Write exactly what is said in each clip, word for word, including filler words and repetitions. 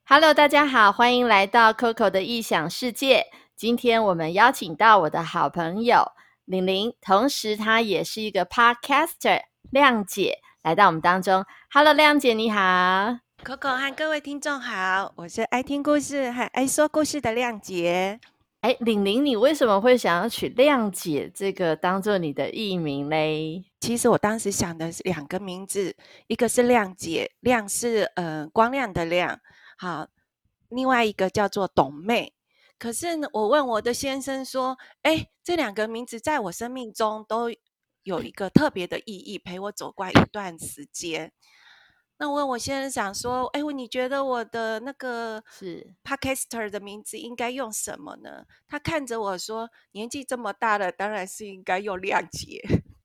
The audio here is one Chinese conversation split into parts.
Hello，大家好，欢迎来到 Coco 的异想世界。今天我们邀请到我的好朋友玲玲，同时她也是一个 Podcaster 亮姐来到我们当中。Hello，亮姐你好。 Coco 和各位听众好，我是爱听故事和爱说故事的亮姐。 哎，玲玲，你为什么会想要取亮姐这个当做你的艺名嘞？ 其实我当时想的是两个名字，一个是亮姐，亮是呃光亮的亮，好，另外一个叫做董妹。可是呢，我问我的先生说，哎，这两个名字在我生命中都有一个特别的意义，陪我走过一段时间。那我问我先生想说，哎，你觉得我的那个是 podcaster 的名字应该用什么呢？他看着我说，年纪这么大了，当然是应该用亮姐。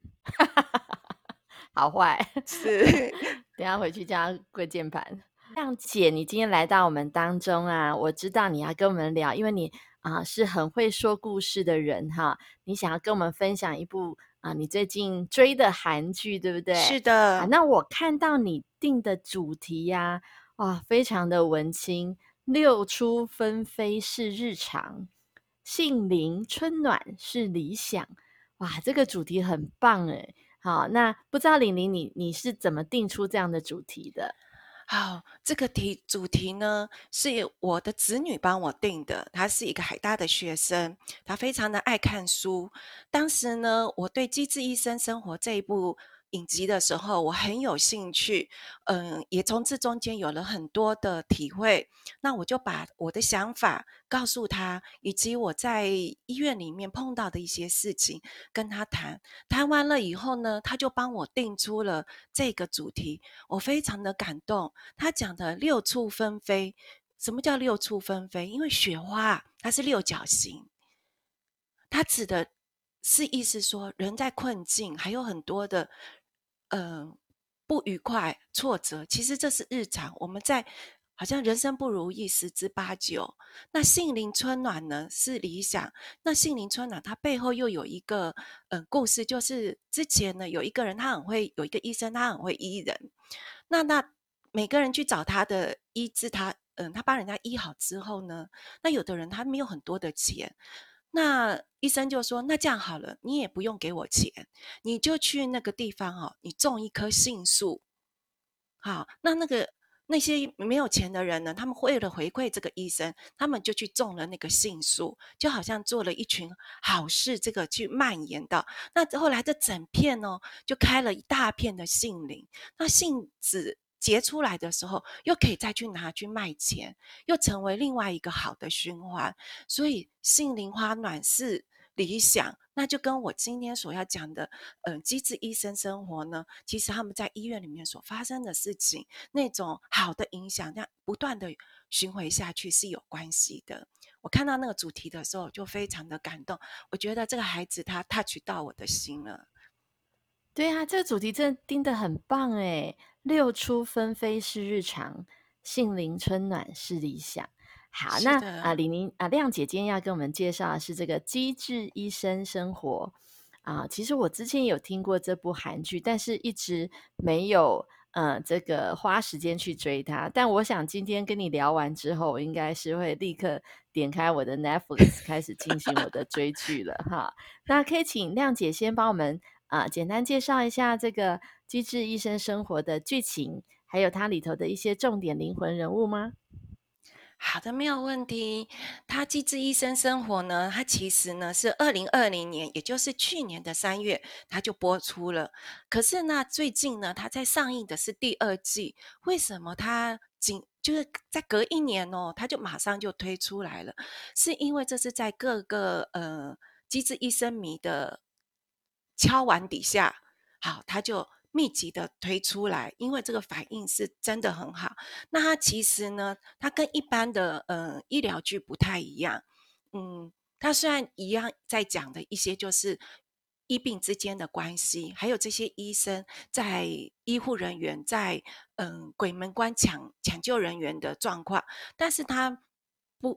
好坏， 是。 等一下回去叫他跪键盘。亮姐，你今天来到我们当中啊，我知道你要跟我们聊，因为你啊、是很会说故事的人哈，你想要跟我们分享一部啊、你最近追的韩剧，对不对？ 是好， 的。 那我看到你定的主题呀、哇，非常的文青，六出纷飞是日常，杏林春暖是理想。哇，这个主题很棒诶。好，那不知道玲玲你你是怎么定出这样的主题的？ 好，这个题主题呢，是我的子女帮我定的。他是一个海大的学生，他非常的爱看书。当时呢，我对《机智医生生活》这一部影集的时候，我很有兴趣，嗯，也从这中间有了很多的体会。那我就把我的想法告诉他，以及我在医院里面碰到的一些事情跟他谈。谈完了以后呢，他就帮我定出了这个主题，我非常的感动。他讲的六处纷飞，什么叫六处纷飞？因为雪花它是六角形，它指的是意思说人在困境，还有很多的呃不愉快、挫折，其实这是日常。我们在好像人生不如意十之八九。那杏林春暖呢是理想，那杏林春暖它背后又有一个呃故事，就是之前呢有一个人他很会，有一个医生他很会医人，那那每个人去找他的医治他，嗯，他帮人家医好之后呢，那有的人他没有很多的钱，那医生就说：“那这样好了，你也不用给我钱，你就去那个地方哦，你种一棵杏树。好，那那个那些没有钱的人呢，他们为了回馈这个医生，他们就去种了那个杏树，就好像做了一群好事，这个去蔓延到那后来这整片哦，就开了一大片的杏林。那杏子结出来的时候，又可以再去拿去卖钱，又成为另外一个好的循环。所以杏林花暖是理想，那就跟我今天所要讲的，嗯、呃，机智医生生活呢，其实他们在医院里面所发生的事情，那种好的影响，这样不断的巡回下去是有关系的。我看到那个主题的时候，就非常的感动。我觉得这个孩子他 touch 到我的心了。 对啊，这个主题真的定得很棒诶，六出纷飞是日常，杏林春暖是理想。好，那啊， 是的。 李宁啊，亮姐今天要跟我们介绍的是这个《机智医生生活》啊。其实我之前有听过这部韩剧，但是一直没有呃这个花时间去追它。但我想今天跟你聊完之后，我应该是会立刻点开我的 Netflix 开始进行我的追剧了哈。那可以请亮姐先帮我们啊、简单介绍一下这个《机智医生生活》的剧情，还有它里头的一些重点灵魂人物吗？ 好的，没有问题。他《机智医生生活》呢，它其实呢是二零二零年，也就是去年的三月，它就播出了。可是呢，最近呢，它在上映的是第二季。为什么它仅就是在隔一年哦，它就马上就推出来了？是因为这是在各个呃机智医生迷的敲碗底下，好，它就密集的推出来，因为这个反应是真的很好。那它其实呢，它跟一般的呃医疗剧不太一样。嗯，它虽然一样在讲的一些就是医病之间的关系，还有这些医生在医护人员在嗯、呃鬼门关抢抢救人员的状况，但是它不。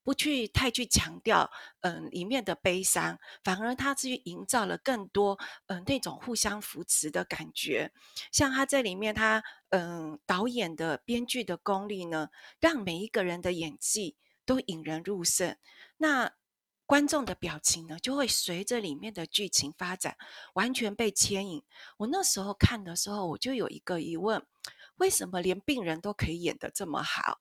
不去太去强调，嗯、里面的悲伤，反而他去营造了更多，嗯、那种互相扶持的感觉。像他在里面，他嗯、导演的编剧的功力呢，让每一个人的演技都引人入胜。那观众的表情呢，就会随着里面的剧情发展，完全被牵引。我那时候看的时候，我就有一个疑问：为什么连病人都可以演得这么好？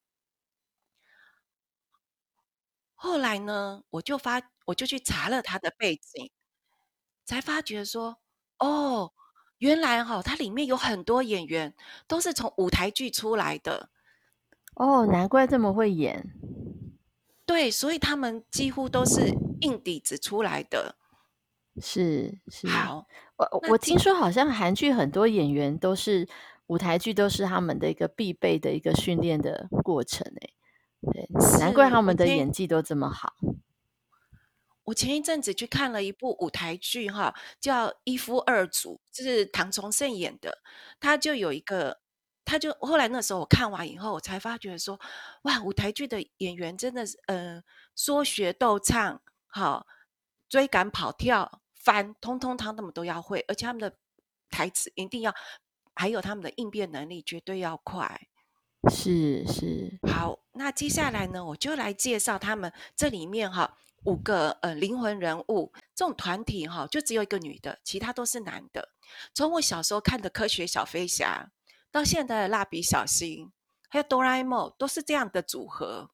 后来呢，我就发我就去查了他的背景，才发觉说，哦，原来哈、它里面有很多演员都是从舞台剧出来的。 哦，难怪这么会演。 对，所以他们几乎都是硬底子出来的。 是是， 好， 我那接我听说好像韩剧很多演员都是舞台剧都是他们的一个必备的一个训练的过程诶，对，难怪是他们的我前演技都这么好。 我前一阵子去看了一部舞台剧哈，叫《一夫二主》，是唐从圣演的。他就有一个他就后来那时候我看完以后，我才发觉说，哇，舞台剧的演员真的是，呃，说学逗唱，好，追赶跑跳翻，通通他们都要会，而且他们的台词一定要还有他们的应变能力绝对要快。 是是， 好，那接下来呢，我就来介绍他们这里面哈五个呃灵魂人物。这种团体哈，就只有一个女的，其他都是男的。从我小时候看的《科学小飞侠》，到现在的《蜡笔小新》，还有哆啦 A 梦，都是这样的组合。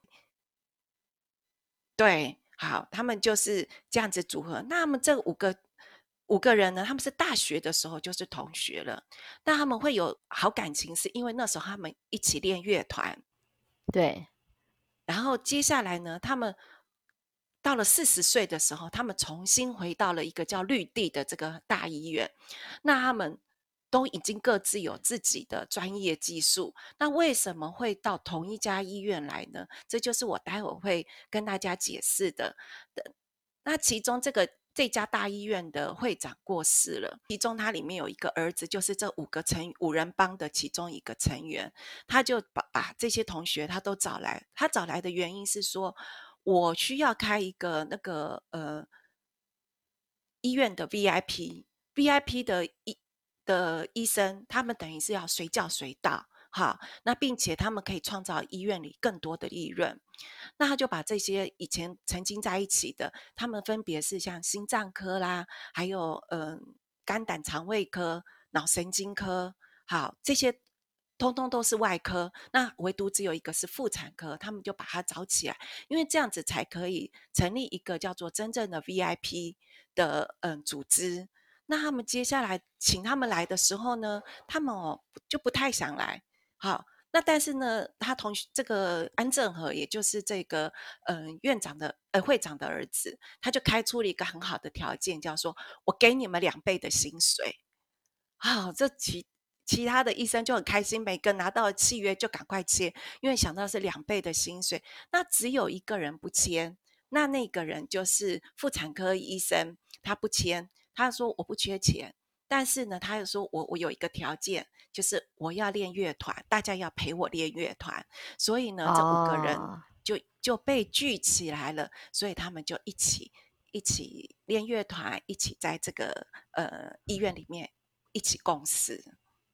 对，好，他们就是这样子组合。那他们这五个五个人呢，他们是大学的时候就是同学了。那他们会有好感情，是因为那时候他们一起练乐团。 对， 然后接下来呢，他们到了四十岁的时候，他们重新回到了一个叫绿地的这个大医院。那他们都已经各自有自己的专业技术，那为什么会到同一家医院来呢？这就是我待会会跟大家解释的。的那其中这个这家大医院的会长过世了，其中他里面有一个儿子，就是这五个成五人帮的其中一个成员。他就把把这些同学他都找来，他找来的原因是说，我需要开一个那个呃医院的 V I P，V I P 的医的医生，他们等于是要随叫随到，好，那并且他们可以创造医院里更多的利润。那他就把这些以前曾经在一起的，他们分别是像心脏科啦，还有嗯、呃肝胆肠胃科、脑神经科，好，这些通通都是外科，那唯独只有一个是妇产科，他们就把它找起来，因为这样子才可以成立一个叫做真正的 V I P 的嗯组织。那他们接下来请他们来的时候呢，他们哦就不太想来，好，那但是呢，他同学这个安正和，也就是这个嗯、呃院长的呃会长的儿子，他就开出了一个很好的条件，叫说我给你们两倍的薪水。好，这其其他的医生就很开心，每个拿到了契约就赶快签，因为想到是两倍的薪水。那只有一个人不签，那那个人就是妇产科医生，他不签，他说我不缺钱，但是呢，他又说我我有一个条件，就是我要练乐团，大家要陪我练乐团。所以呢，这五个人哦。 就就被聚起来了，所以他们就一起一起练乐团，一起在这个呃医院里面一起共事。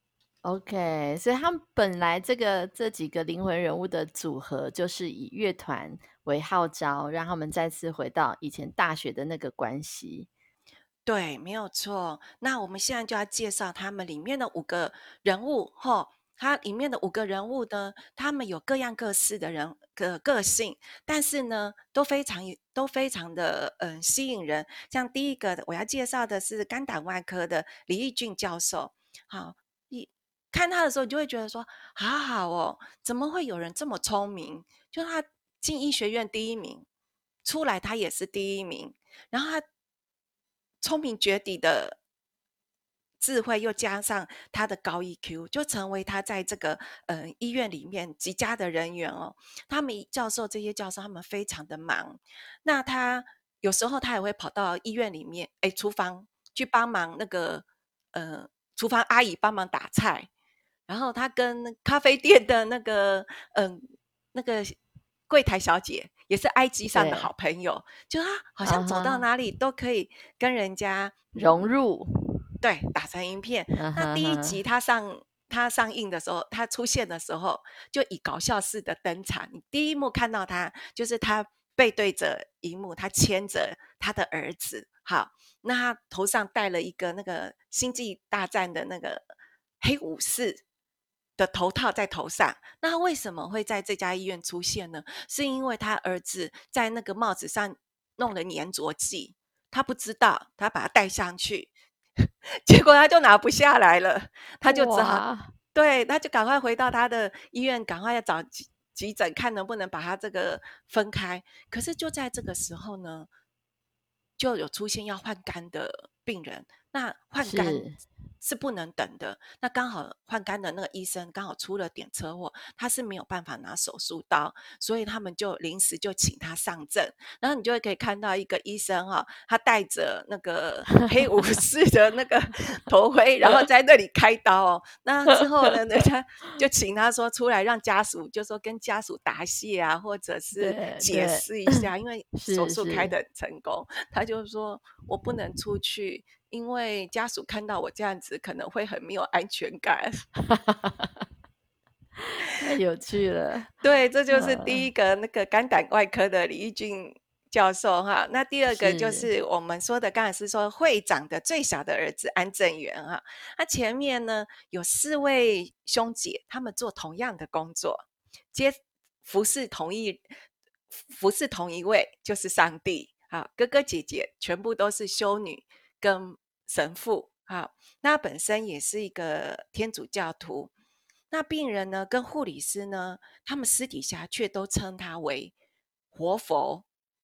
OK，所以他们本来这个这几个灵魂人物的组合，就是以乐团为号召，让他们再次回到以前大学的那个关系。 对，没有错。那我们现在就要介绍他们里面的五个人物哈。它里面的五个人物呢，他们有各样各式的人个个性，但是呢，都非常都非常的嗯、呃吸引人。像第一个我要介绍的是肝胆外科的李义俊教授。好，你看他的时候，你就会觉得说，好好哦，怎么会有人这么聪明？就他进医学院第一名，出来他也是第一名，然后他聪明绝顶的智慧，又加上他的高 E Q，就成为他在这个呃医院里面极佳的人员哦。他们教授这些教授，他们非常的忙，那他有时候他也会跑到医院里面，哎，厨房去帮忙那个呃厨房阿姨帮忙打菜，然后他跟咖啡店的那个嗯、呃、那个柜台小姐也是 I G 上的好对， 朋友，就他好像走到啊哈， 哪里都可以跟人家嗯融入， 对，打成一片。 嗯那第一集哼哼， 他上他上映的时候，他出现的时候，就以搞笑式的登场。你第一幕看到他，就是他背对着荧幕，他牵着他的儿子，好，那他头上戴了一个那个《星际大战》的那个黑武士的头套在头上。那他为什么会在这家医院出现呢？是因为他儿子在那个帽子上弄了粘着剂，他不知道，他把它戴上去，结果他就拿不下来了，他就只好哇， 对，他就赶快回到他的医院，赶快要找急急诊，看能不能把他这个分开。可是就在这个时候呢，就有出现要换肝的病人，那换肝是， 是不能等的。那刚好换肝的那个医生刚好出了点车祸，他是没有办法拿手术刀，所以他们就临时就请他上阵。然后你就会可以看到一个医生哈、他戴着那个黑武士的那个头盔，然后在那里开刀哦。那之后呢，人家就请他说出来，让家属就说跟家属答谢啊，或者是解对对， 释一下，因为手是是， 术开得很成功。他就说我不能出去，因为家属看到我这样子可能会很没有安全感。 太有趣了， 对，这就是第呃， 一个那个肝胆外科的李义俊教授哈。那第二个就是， 是我们说的，刚才是说会长的最小的儿子安正元哈。他前面呢有四位兄姐，他们做同样的工作，皆服侍同一服侍同一位，就是上帝。好，哥哥姐姐全部都是修女跟神父。好，那本身也是一个天主教徒。那病人呢，跟护理师呢，他们私底下却都称他为活佛，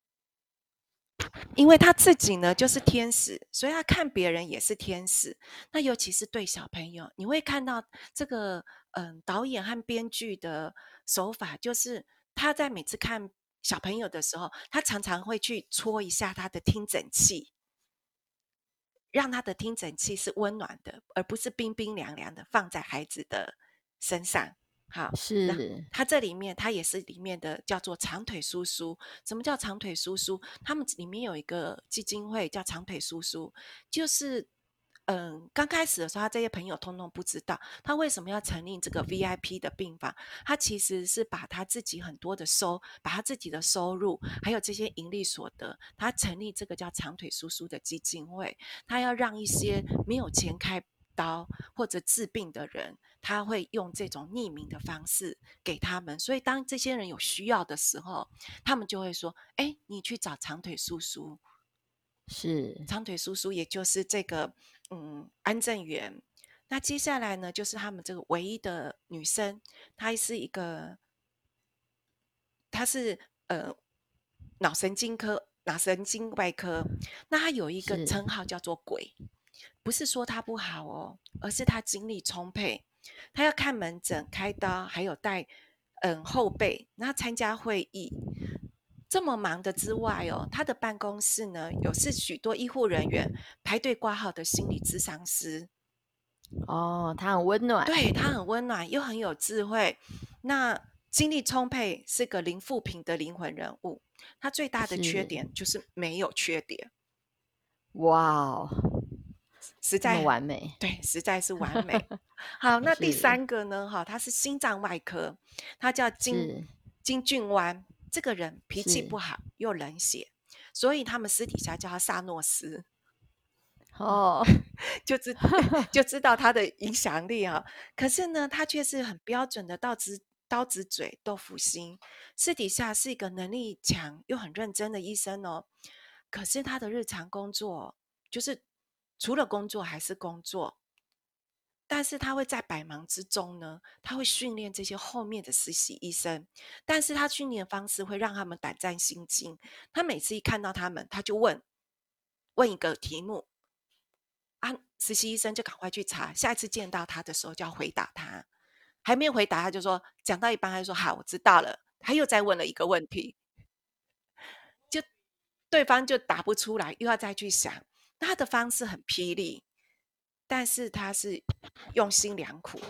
因为他自己呢就是天使，所以他看别人也是天使。那尤其是对小朋友，你会看到这个嗯导演和编剧的手法，就是他在每次看小朋友的时候，他常常会去戳一下他的听诊器，让他的听诊器是温暖的，而不是冰冰凉凉的放在孩子的身上。好，那是， 他这里面他也是里面的叫做长腿叔叔。什么叫长腿叔叔？他们里面有一个基金会叫长腿叔叔，就是嗯，刚开始的时候，他这些朋友通通不知道他为什么要成立这个 V I P 的病房。他其实是把他自己很多的收，把他自己的收入，还有这些盈利所得，他成立这个叫长腿叔叔的基金会。他要让一些没有钱开刀或者治病的人，他会用这种匿名的方式给他们。所以当这些人有需要的时候，他们就会说：哎，你去找长腿叔叔。 是， 长腿叔叔也就是这个嗯安正元。那接下来呢，就是他们这个唯一的女生，她是一个，她是呃脑神经科、脑神经外科。那她有一个是， 称号叫做鬼，不是说她不好哦，而是她精力充沛，她要看门诊、开刀，还有带嗯后备，那参加会议。这么忙的之外哦，他的办公室呢，有是许多医护人员排队挂号的心理咨商师。 哦，它很温暖， 对，他很温暖，又很有智慧。那精力充沛，是个零负评的灵魂人物。他最大的缺是， 点就是没有缺点， 哇哦，这么实在完美， 对，实在是完美。好，那第是， 三个呢？哈，他是心脏外科，他叫金是， 金俊湾。这个人脾气是， 不好，又冷血，所以他们私底下叫他萨诺斯。 哦， 就知就知道他的影响力啊。可是呢，他却是很标准的刀子刀子嘴豆腐心，私底下是一个能力强又很认真的医生哦。可是他的日常工作就是除了工作还是工作，但是他会在百忙之中呢，他会训练这些后面的实习医生，但是他训练的方式会让他们胆战心惊。他每次一看到他们，他就问问一个题目，啊，实习医生就赶快去查，下一次见到他的时候就要回答他。还没有回答，他就说讲到一半，他就说好，我知道了。他又再问了一个问题，就对方就答不出来，又要再去想。那他的方式很霹雳，但是他是用心良苦。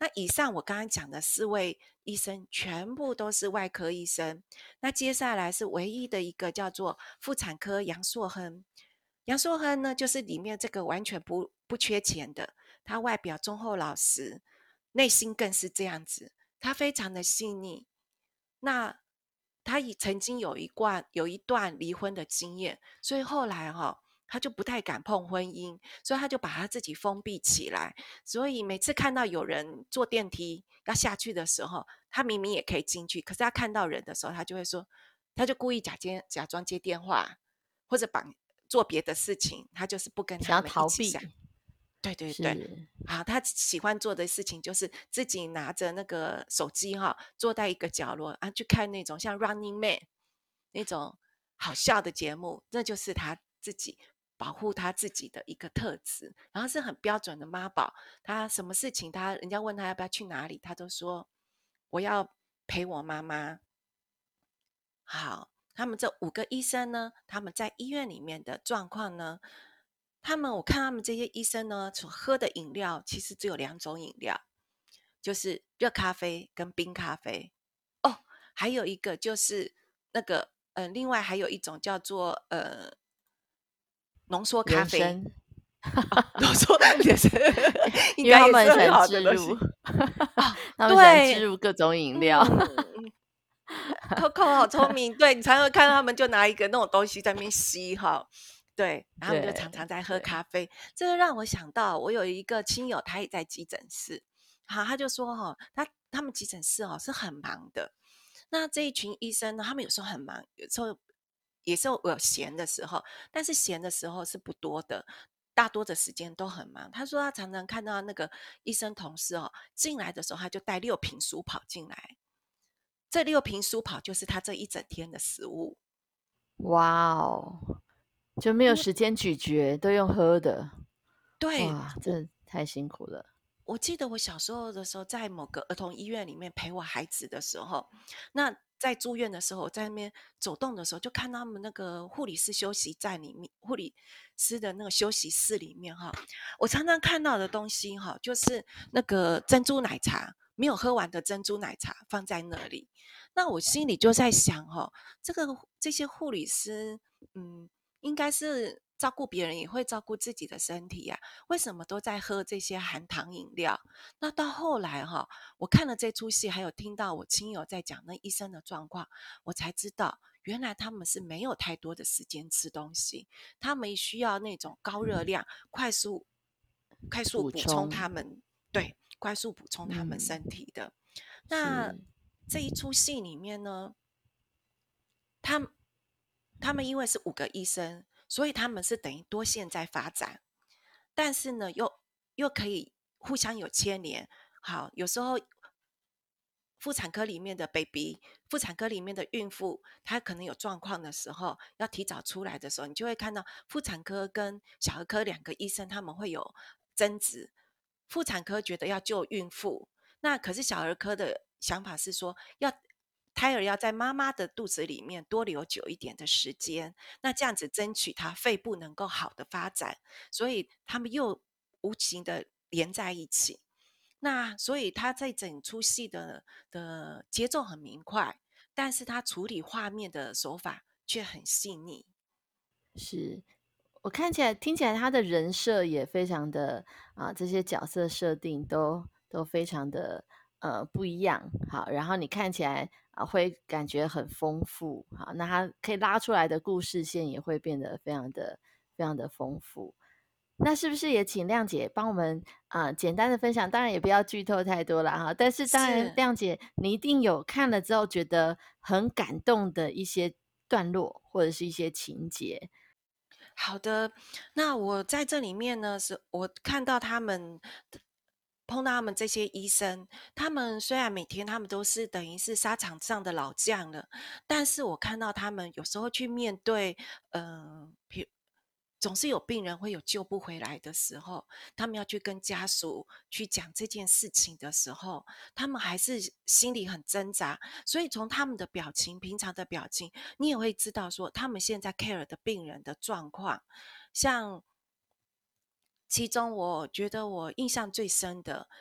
那以上我刚刚讲的四位医生全部都是外科医生，那接下来是唯一的一个叫做妇产科杨硕亨。杨硕亨呢，就是里面这个完全不不缺钱的，他外表忠厚老实，内心更是这样子，他非常的细腻。那他也曾经有一段有一段离婚的经验，所以后来哈、哦，他就不太敢碰婚姻，所以他就把他自己封闭起来。所以每次看到有人坐电梯要下去的时候，他明明也可以进去，可是他看到人的时候，他就会说，他就故意假接假装接电话，或者绑做别的事情，他就是不跟他想要们一起下。 逃避， 对对对， 是好，他喜欢做的事情就是自己拿着那个手机哈，坐在一个角落啊，去看那种像 Running Man 那种好笑的节目，那就是他自己保护他自己的一个特质。然后是很标准的妈宝，他什么事情他人家问他要不要去哪里，他都说我要陪我妈妈。好，他们这五个医生呢，他们在医院里面的状况呢，他们我看他们这些医生呢，所喝的饮料其实只有两种饮料，就是热咖啡跟冰咖啡。哦，还有一个就是那个，呃，另外还有一种叫做呃浓缩咖啡。 人参， 哦，浓缩也是应因为他该也们很喜欢是很好的置入， 东西。哦， 他们喜欢置对， 入各种饮料， 嗯。Coco 好聪明，对，你常常看到他们就拿一个那种东西在那边吸哈，对，然后他们就对常常在喝对， 咖啡，这就让我想到，我有一个亲友，他也在急诊室，好，他就说哈，他他们急诊室哦是很忙的，那这一群医生呢，他们有时候很忙，有时候也是有有闲的时候，但是闲的时候是不多的。大多的时间都很忙。他说他常常看到那个医生同事哦，进来的时候他就带六瓶书跑进来，这六瓶书跑就是他这一整天的食物。 哇哦，就没有因为时间咀嚼，都用喝的， 对， 哇， 我这太辛苦了， 我记得我小时候的时候，在某个儿童医院里面陪我孩子的时候，那在住院的时候，我在那边走动的时候，就看到他们那个护理师休息站里面，护理师的那个休息室里面哈，我常常看到的东西哈，就是那个珍珠奶茶没有喝完的珍珠奶茶放在那里，那我心里就在想哈，这个这些护理师，嗯，应该是照顾别人，也会照顾自己的身体呀、为什么都在喝这些含糖饮料？那到后来哈，我看了这出戏，还有听到我亲友在讲那医生的状况，我才知道原来他们是没有太多的时间吃东西，他们需要那种高热量、快速、快速补补充充， 他们，对，快速补充他们嗯， 身体的。那是这一出戏里面呢，他们他们因为是五个医生，所以他们是等于多线在发展。但是呢，又又可以互相有牵连。好，有时候妇产科里面的 baby，妇产科里面的孕妇，她可能有状况的时候，要提早出来的时候，你就会看到妇产科跟小儿科两个医生他们会有争执。妇产科觉得要救孕妇，那可是小儿科的想法是说，要胎儿要在妈妈的肚子里面多留久一点的时间，那这样子争取他肺部能够好的发展，所以他们又无情的连在一起。那所以他在整出戏的的节奏很明快，但是他处理画面的手法却很细腻。 是。我看起来听起来他的人设也非常的啊，这些角色设定都都非常的呃不一样。好，然后你看起来啊会感觉很丰富。好，那他可以拉出来的故事线也会变得非常的非常的丰富。那是不是也请亮姐帮我们啊、呃简单的分享？当然也不要剧透太多了哈。但是当然， 是， 亮姐你一定有看了之后觉得很感动的一些段落或者是一些情节。 好的，那我在这里面呢，是我看到他们碰到他们这些医生，他们虽然每天他们都是等于是沙场上的老将了，但是我看到他们有时候去面对，嗯、呃，总是有病人会有救不回来的时候，他们要去跟家属去讲这件事情的时候，他们还是心里很挣扎。所以从他们的表情，平常的表情，你也会知道说他们现在 care 的病人的状况。像其中我觉得我印象最深的，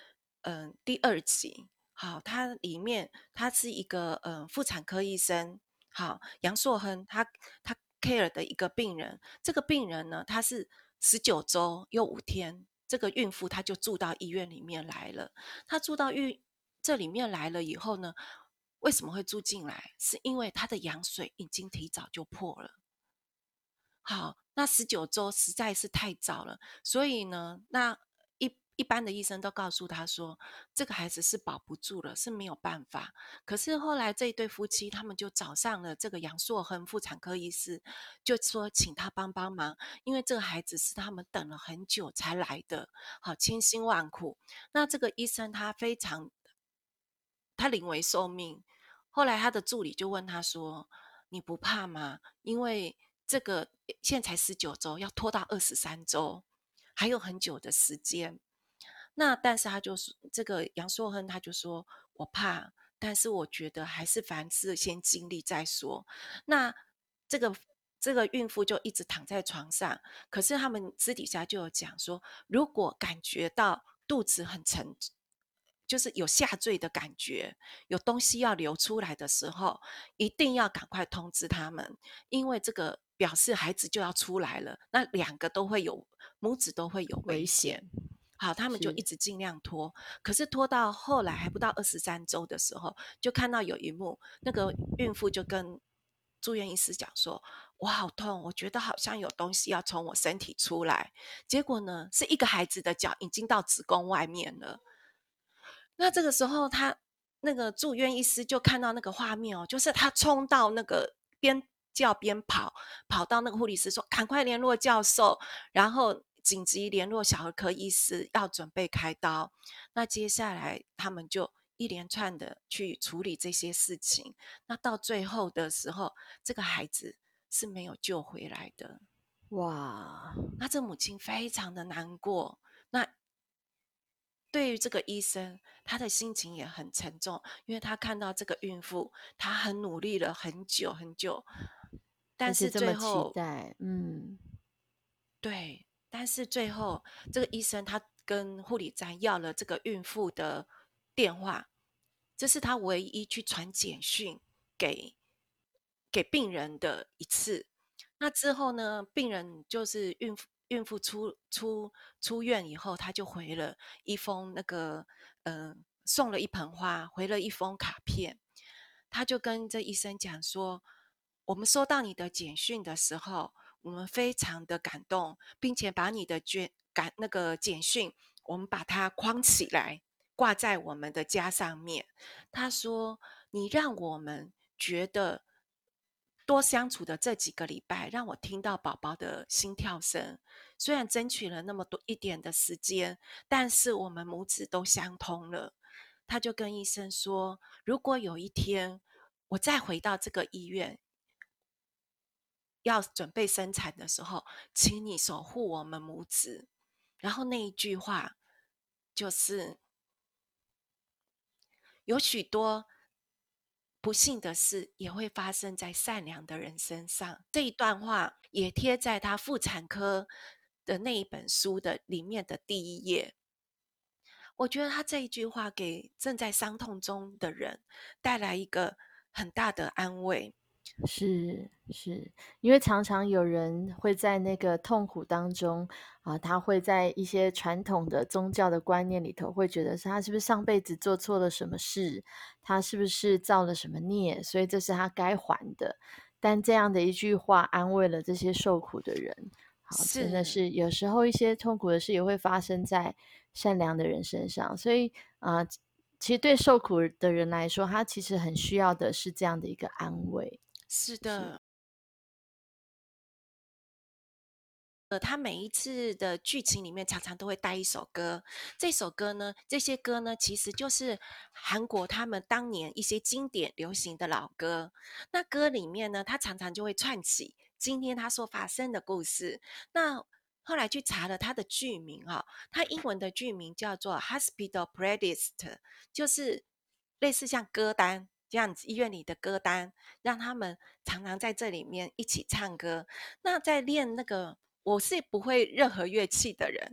嗯、呃第二集。好，它里面他是一个呃妇产科医生，好，杨硕亨他他 care 的一个病人。这个病人呢，他是十九周又五天，这个孕妇她就住到医院里面来了。她住到孕这里面来了以后呢，为什么会住进来？是因为她的羊水已经提早就破了。好，那十九周实在是太早了，所以呢，那一一般的医生都告诉他说，这个孩子是保不住了，是没有办法。可是后来这一对夫妻，他们就找上了这个杨硕亨妇产科医师，就说请他帮帮忙，因为这个孩子是他们等了很久才来的，好，千辛万苦。那这个医生他非常，他临危受命。后来他的助理就问他说：“你不怕吗？因为这个现在才十九周，要拖到二十三周，还有很久的时间。”那但是他就是这个杨硕亨，他就说：“我怕，但是我觉得还是凡事先经历再说。”那这个这个孕妇就一直躺在床上，可是他们私底下就有讲说，如果感觉到肚子很沉，就是有下坠的感觉，有东西要流出来的时候，一定要赶快通知他们，因为这个表示孩子就要出来了，那两个都会有，母子都会有危危险险。好，他们就一是直尽量拖，可是拖到后来还不到二十三周的时候，就看到有一幕，那个孕妇就跟住院医师讲说：“我好痛，我觉得好像有东西要从我身体出来。”结果呢，是一个孩子的脚已经到子宫外面了。那这个时候他那个住院医师就看到那个画面哦，就是他冲到那个边叫边跑，跑到那个护理师说：“赶快联络教授，然后紧急联络小儿科医师，要准备开刀。”那接下来他们就一连串的去处理这些事情。那到最后的时候，这个孩子是没有救回来的。 哇， 那这母亲非常的难过。那对于这个医生，他的心情也很沉重，因为他看到这个孕妇，她很努力了很久很久，但是而且这么期最后， 待，嗯， 对，但是最后这个医生他跟护理站要了这个孕妇的电话，这是他唯一去传简讯给给病人的一次。那之后呢，病人就是孕妇孕妇出出出院以后，他就回了一封那个呃送了一盆花，回了一封卡片。他就跟这医生讲说，我们收到你的简讯的时候，我们非常的感动，并且把你的卷感那个简讯，我们把它框起来，挂在我们的家上面。他说：“你让我们觉得多相处的这几个礼拜，让我听到宝宝的心跳声。虽然争取了那么多一点的时间，但是我们母子都相通了。”他就跟医生说：“如果有一天我再回到这个医院，要准备生产的时候，请你守护我们母子。”然后那一句话就是有许多不幸的事也会发生在善良的人身上。这一段话也贴在他妇产科的那一本书的里面的第一页。我觉得他这一句话给正在伤痛中的人带来一个很大的安慰。 是是，因为常常有人会在那个痛苦当中啊，他会在一些传统的宗教的观念里头，会觉得是他是不是上辈子做错了什么事，他是不是造了什么孽，所以这是他该还的。但这样的一句话安慰了这些受苦的人。好，真的是是有时候一些痛苦的事也会发生在善良的人身上，所以啊、呃其实对受苦的人来说，他其实很需要的是这样的一个安慰。是， 是的，呃，他每一次的剧情里面常常都会带一首歌。这首歌呢，这些歌呢，其实就是韩国他们当年一些经典流行的老歌。那歌里面呢，他常常就会串起今天他所发生的故事。那后来去查了他的剧名哈、哦，他英文的剧名叫做 Hospital Playlist，就是类似像歌单这样子，医院里的歌单，让他们常常在这里面一起唱歌。那在练那个，我是不会任何乐器的人，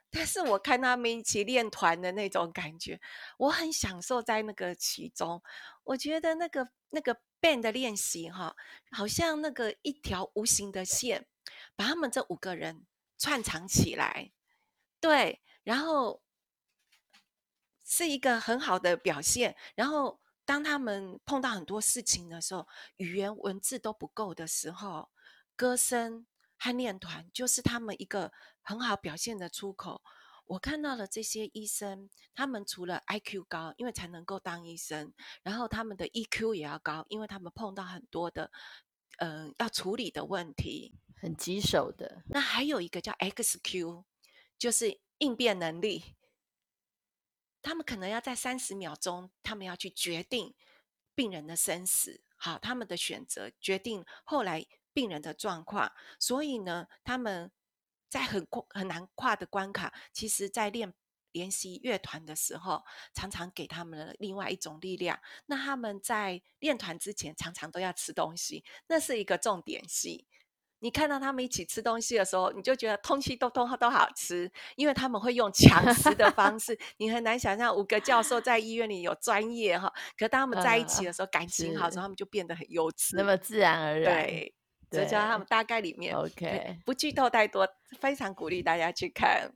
但是我看他们一起练团的那种感觉，我很享受在那个其中。我觉得那个那个 band 的练习哈，好像那个一条无形的线，把他们这五个人串场起来。对，然后是一个很好的表现。然后当他们碰到很多事情的时候，语言文字都不够的时候，歌声和练团就是他们一个很好表现的出口。我看到了这些医生，他们除了 I Q 高，因为才能够当医生，然后他们的 E Q 也要高，因为他们碰到很多的，嗯、要处理的问题。 很棘手的。 那还有一个叫 X Q，就是应变能力。他们可能要在三十秒钟，他们要去决定病人的生死，好，他们的选择决定后来病人的状况。所以呢，他们在很过很难跨的关卡，其实在练联习乐团的时候，常常给他们了另外一种力量。那他们在练团之前，常常都要吃东西，那是一个重点戏。你看到他们一起吃东西的时候，你就觉得通西都都都好吃，因为他们会用抢食的方式。你很难想象五个教授在医院里有专业哈，可当他们在一起的呃， 时候，感情好的时候， 是， 他们就变得很优那质。 么自然而然。 对，这叫他对们大概里面，对， ，OK。 不剧透太多，非常鼓励大家去看。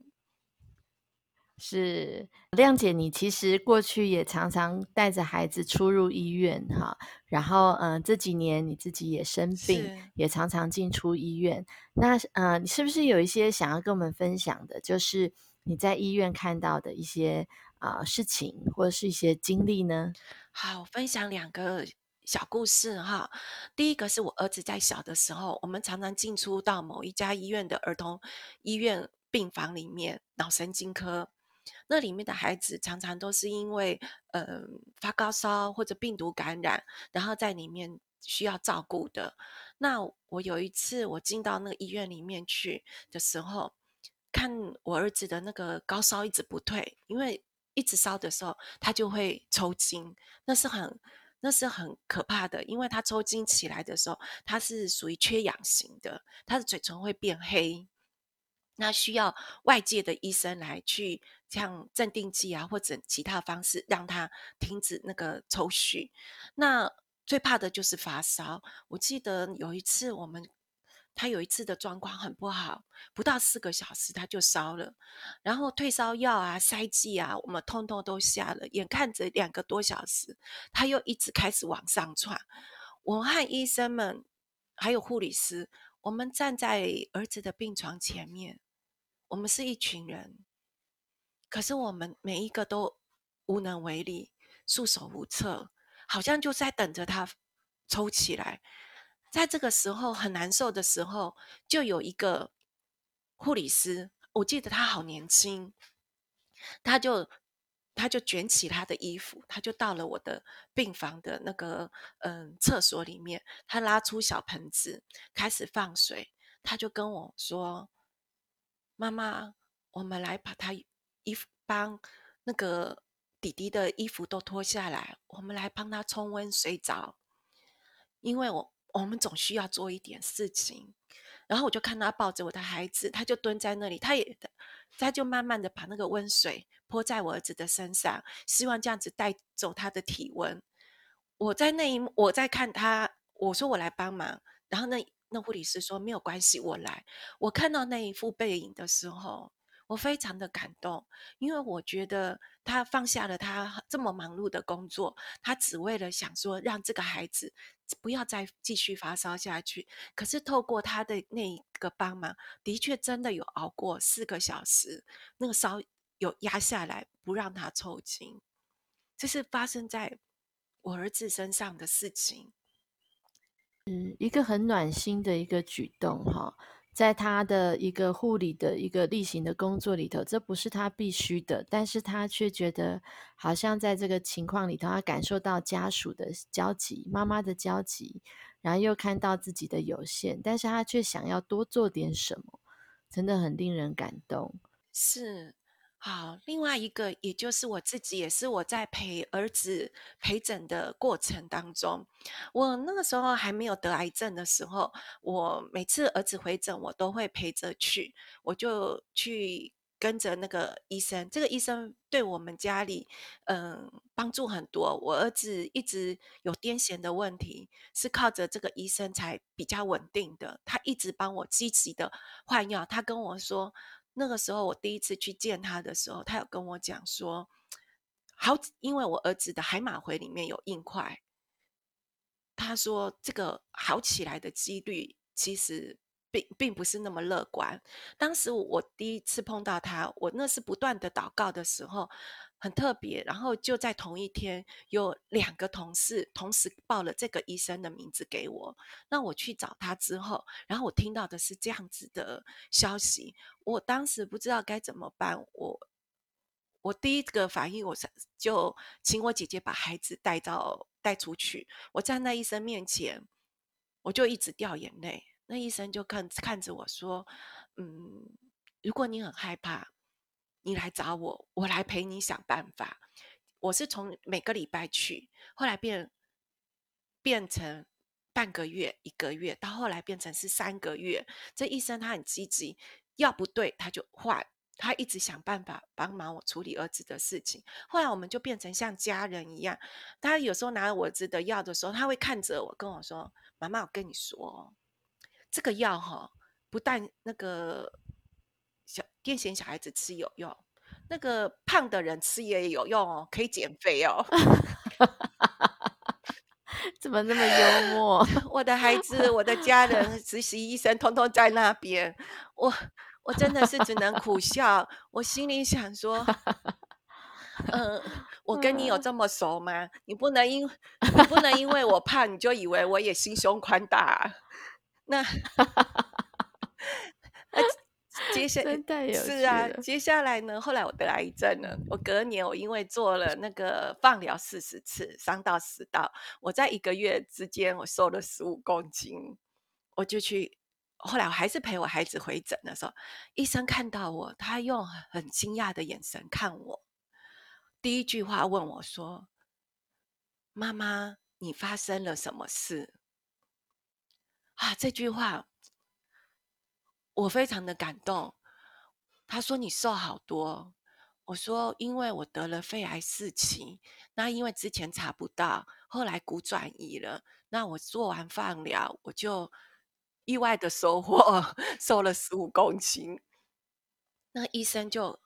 是，谅解你其实过去也常常带着孩子出入医院哈，然后嗯、呃这几年你自己也生病， 是。 也常常进出医院。那呃，你是不是有一些想要跟我们分享的，就是你在医院看到的一些啊、呃事情，或者是一些经历呢？ 好，分享两个小故事哈。第一个是我儿子在小的时候，我们常常进出到某一家医院的儿童医院病房里面，脑神经科。那里面的孩子常常都是因为呃发高烧或者病毒感染，然后在里面需要照顾的。那我有一次我进到那个医院里面去的时候，看我儿子的那个高烧一直不退，因为一直烧的时候他就会抽筋。那是很那是很可怕的，因为他抽筋起来的时候，他是属于缺氧型的，他的嘴唇会变黑。那需要外界的医生来去像镇定剂啊，或者其他方式让他停止那个抽搐。那最怕的就是发烧。我记得有一次我们他有一次的状况很不好，不到四个小时他就烧了，然后退烧药啊、塞剂啊，我们通通都下了，眼看着两个多小时，他又一直开始往上窜。我和医生们还有护理师，我们站在儿子的病床前面，我们是一群人，可是我们每一个都无能为力，束手无策，好像就在等着他抽起来。在这个时候很难受的时候，就有一个护理师，我记得他好年轻，他就他就卷起他的衣服，他就到了我的病房的那个嗯厕所里面，他拉出小盆子开始放水，他就跟我说：“妈妈，我们来把他衣服帮那个弟弟的衣服都脱下来，我们来帮他冲温水澡。”因为我我们总需要做一点事情。然后我就看他抱着我的孩子，他就蹲在那里，他也他就慢慢的把那个温水泼在我儿子的身上，希望这样子带走他的体温。我在那一幕，我在看他，我说我来帮忙，然后那那护理师说没有关系，我来。我看到那一副背影的时候，我非常的感动，因为我觉得他放下了他这么忙碌的工作，他只为了想说让这个孩子不要再继续发烧下去。可是透过他的那一个帮忙，的确真的有熬过四个小时，那个烧有压下来，不让他抽筋。这是发生在我儿子身上的事情。 是一个很暖心的一个举动哈，在他的一个护理的一个例行的工作里头，这不是他必须的，但是他却觉得好像在这个情况里头，他感受到家属的焦急，妈妈的焦急，然后又看到自己的有限，但是他却想要多做点什么，真的很令人感动。 是，好，另外一个也就是我自己，也是我在陪儿子陪诊的过程当中，我那个时候还没有得癌症的时候，我每次儿子回诊，我都会陪着去，我就去跟着那个医生，这个医生对我们家里，嗯，帮助很多。我儿子一直有癫痫的问题，是靠着这个医生才比较稳定的。他一直帮我积极的换药。他跟我说，那个时候我第一次去见他的时候，他有跟我讲说，好，因为我儿子的海马回里面有硬块，他说这个好起来的几率其实并并不是那么乐观。当时我第一次碰到他，我那是不断的祷告的时候，很特别。然后就在同一天，有两个同事同时报了这个医生的名字给我。那我去找他之后，然后我听到的是这样子的消息，我当时不知道该怎么办。我我第一个反应，我是就请我姐姐把孩子带到带出去。我站在医生面前，我就一直掉眼泪。那医生就看看着我说：“嗯，如果你很害怕，你来找我，我来陪你想办法。”我是从每个礼拜去，后来变变成半个月、一个月，到后来变成是三个月。这医生他很积极，药不对他就换，他一直想办法帮忙我处理儿子的事情。后来我们就变成像家人一样。他有时候拿我儿子的药的时候，他会看着我跟我说：“妈妈，我跟你说哦，这个药哈，不但那个小癫痫小孩子吃有用，那个胖的人吃也有用哦，可以减肥哦。” 怎么那么幽默？ 我的孩子、我的家人、实习医生通通在那边，我我真的是只能苦笑。我心里想说，嗯，我跟你有嗯， 这么熟吗？你不能因你不能因为我胖，你就以为我也心胸宽大啊。那那接下真太有是啊， 趣了。 接下来呢，后来我得癌症了。我隔年我因为做了那个放疗四十次，伤到食道，我在一个月之间我瘦了十五公斤。我就去后来我还是陪我孩子回诊的时候，医生看到我，他用很惊讶的眼神看我，第一句话问我说：“妈妈，你发生了什么事？”啊，这句话我非常的感动。他说：“你瘦好多。”我说：“因为我得了肺癌四期，那因为之前查不到，后来骨转移了，那我做完放疗，我就意外的收获瘦了十五公斤。”那医生就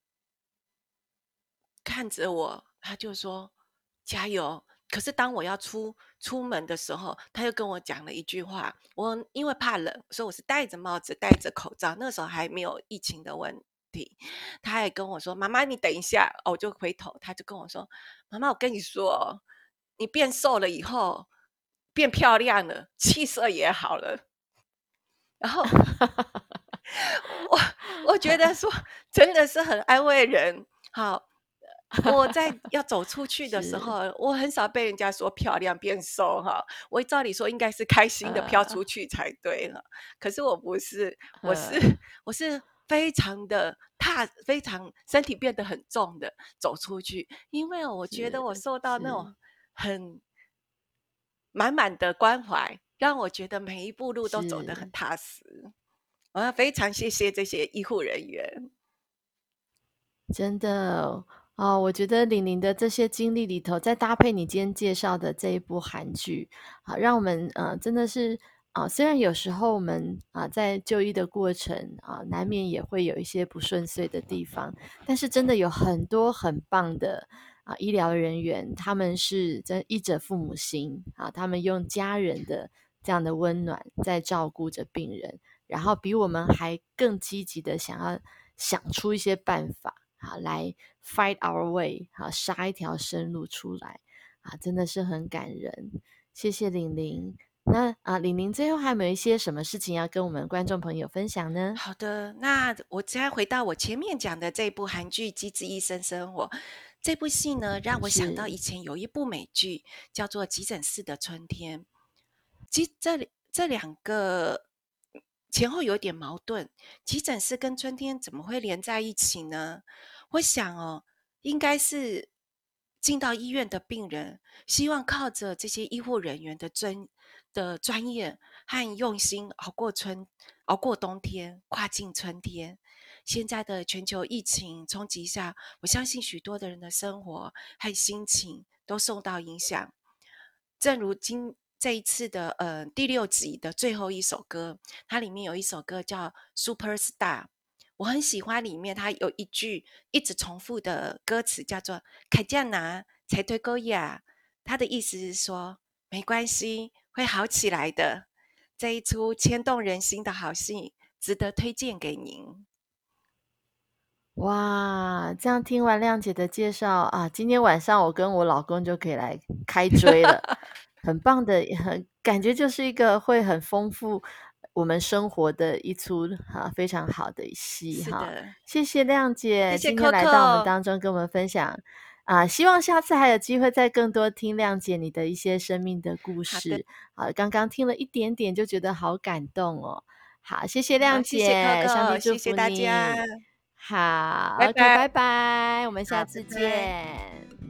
看着我，他就说：“加油！”可是当我要出出门的时候，他又跟我讲了一句话。我因为怕冷，所以我是戴着帽子、戴着口罩。那时候还没有疫情的问题，他还跟我说：“妈妈，你等一下。”哦，我就回头，他就跟我说：“妈妈，我跟你说，你变瘦了以后，变漂亮了，气色也好了。”然后我我觉得说真的是很安慰人。好，我在要走出去的时是， 候，我很少被人家说漂亮变瘦哈。我照理说应该是开心的飘呃， 出去才对哈，可是我不是，我是呃， 我是非常的踏，非常身体变得很重的走出去，因为我觉得是我受到那种是很满满的关怀，让我觉得每一步路都走得很是。 踏实。我要非常谢谢这些医护人员。 真的哦，我觉得玲玲的这些经历里头，再搭配你今天介绍的这一部韩剧，好，让我们呃真的是啊、虽然有时候我们啊、在就医的过程啊、难免也会有一些不顺遂的地方，但是真的有很多很棒的啊、医疗人员，他们是真医者父母心啊，他们用家人的这样的温暖在照顾着病人，然后比我们还更积极的想要想出一些办法。好，来 fight our way，好，杀一条生路出来，啊，真的是很感人。谢谢玲玲。那啊，玲玲最后还有没有一些什么事情要跟我们观众朋友分享呢？ 好的，那我再回到我前面讲的这部韩剧《机智医生生活》。这部戏呢，让我想到以是前有一部美剧叫做《急诊室的春天》。其这里这两个前后有点矛盾，急诊室跟春天怎么会连在一起呢？我想哦，应该是进到医院的病人，希望靠着这些医护人员的专的专业和用心，熬过春，熬过冬天，跨进春天。 现在的全球疫情冲击下，我相信许多的人的生活和心情都受到影响。正如今这一次的呃第六集的最后一首歌，它里面有一首歌叫《Superstar》，我很喜欢里面它有一句一直重复的歌词，叫做“凯加拿才对勾呀”，它的意思是说没关系，会好起来的。这一出牵动人心的好戏，值得推荐给您。 哇，这样听完亮姐的介绍啊，今天晚上我跟我老公就可以来开追了，很棒的，很感觉就是一个会很丰富我们生活的一出哈、非常好的戏哈。 是的， 谢谢亮姐谢谢今天来到我们 Coco， 当中跟我们分享啊，希望下次还有机会再更多听亮姐你的一些生命的故好的， 事。啊，刚刚听了一点点就觉得好感动哦。好，谢谢好， 亮谢谢姐，上帝 Coco， 祝福谢谢大家， 你。好，OK， 拜拜， 拜拜，我们下好，拜次拜。 见。